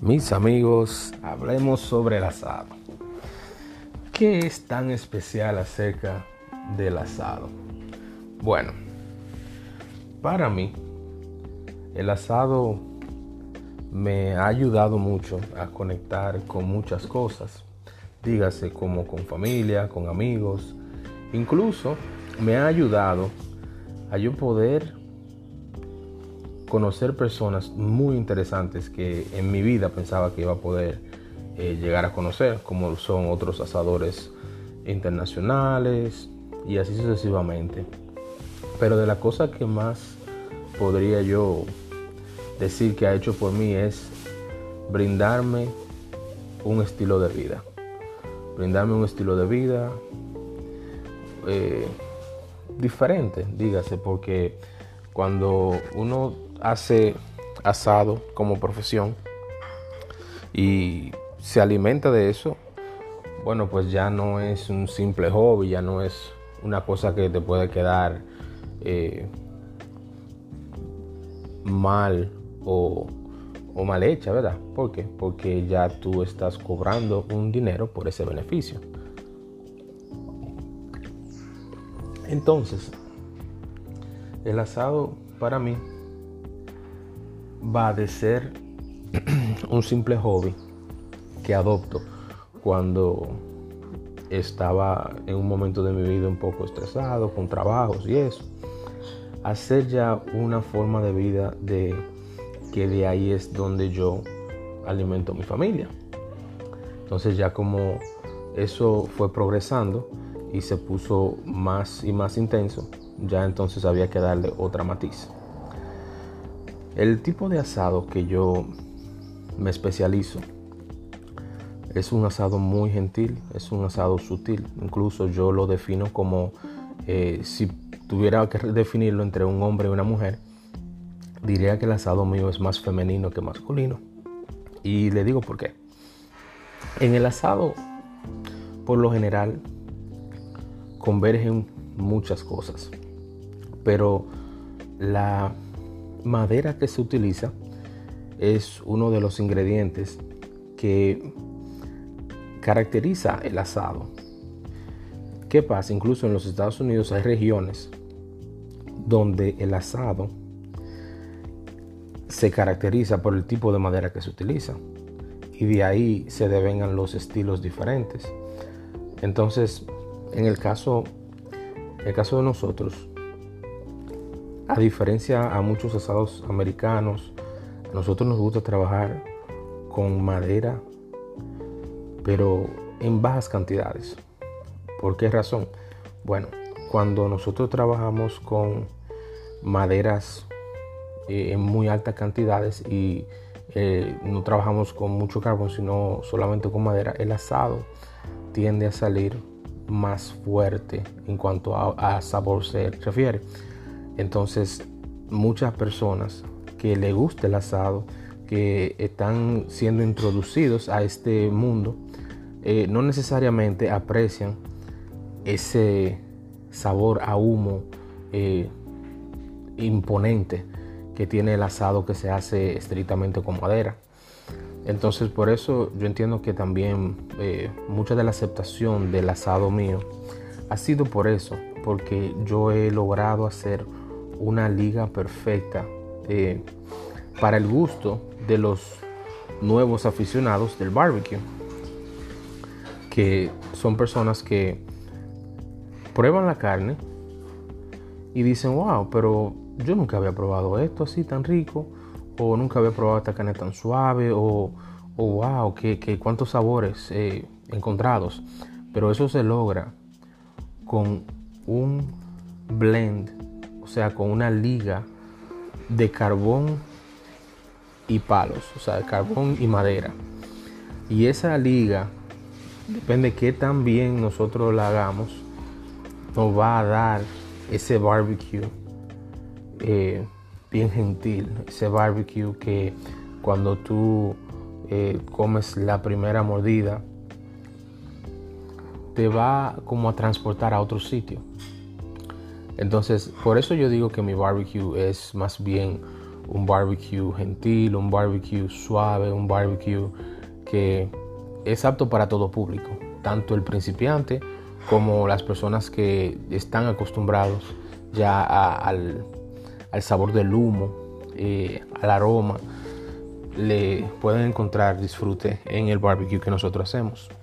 Mis amigos, hablemos sobre el asado. ¿Qué es tan especial acerca del asado? Bueno, para mí, el asado me ha ayudado mucho a conectar con muchas cosas. Dígase como con familia, con amigos. Incluso me ha ayudado a yo poder conocer personas muy interesantes que en mi vida pensaba que iba a poder llegar a conocer, como son otros asadores internacionales y así sucesivamente. Pero de la cosa que más podría yo decir que ha hecho por mí es brindarme un estilo de vida. Brindarme un estilo de vida diferente, dígase, porque cuando uno hace asado como profesión y se alimenta de eso, bueno, pues ya no es un simple hobby, ya no es una cosa que te puede quedar mal o mal hecha, ¿verdad? ¿Por qué? Porque ya tú estás cobrando un dinero por ese beneficio. Entonces, el asado para mí va de ser un simple hobby que adopto cuando estaba en un momento de mi vida un poco estresado con trabajos y eso, a ser ya una forma de vida de que de ahí es donde yo alimento a mi familia. Entonces ya como eso fue progresando y se puso más y más intenso, ya entonces había que darle otra matiz. El tipo de asado que yo me especializo es un asado muy gentil, es un asado sutil. Incluso yo lo defino como, si tuviera que definirlo entre un hombre y una mujer, diría que el asado mío es más femenino que masculino. Y le digo por qué. En el asado, por lo general, convergen muchas cosas, pero la madera que se utiliza es uno de los ingredientes que caracteriza el asado. ¿Qué pasa? Incluso en los Estados Unidos hay regiones donde el asado se caracteriza por el tipo de madera que se utiliza y de ahí se devengan los estilos diferentes. Entonces, en el caso de nosotros, a diferencia a muchos asados americanos, a nosotros nos gusta trabajar con madera, pero en bajas cantidades. ¿Por qué razón? Bueno, cuando nosotros trabajamos con maderas en muy altas cantidades y no trabajamos con mucho carbón, sino solamente con madera, el asado tiende a salir más fuerte en cuanto a sabor se refiere. Entonces, muchas personas que les gusta el asado, que están siendo introducidos a este mundo, no necesariamente aprecian ese sabor a humo imponente que tiene el asado que se hace estrictamente con madera. Entonces, por eso yo entiendo que también mucha de la aceptación del asado mío ha sido por eso, porque yo he logrado hacer una liga perfecta para el gusto de los nuevos aficionados del barbecue, que son personas que prueban la carne y dicen, wow, pero yo nunca había probado esto así tan rico, o nunca había probado esta carne tan suave, o wow, que cuántos sabores encontrados. Pero eso se logra con un blend, o sea, con una liga de carbón y palos, o sea, de carbón y madera. Y esa liga, depende de qué tan bien nosotros la hagamos, nos va a dar ese barbecue bien gentil, ese barbecue que cuando tú comes la primera mordida te va como a transportar a otro sitio. Entonces, por eso yo digo que mi barbecue es más bien un barbecue gentil, un barbecue suave, un barbecue que es apto para todo público, tanto el principiante como las personas que están acostumbrados ya al sabor del humo, al aroma. Le pueden encontrar disfrute en el barbecue que nosotros hacemos.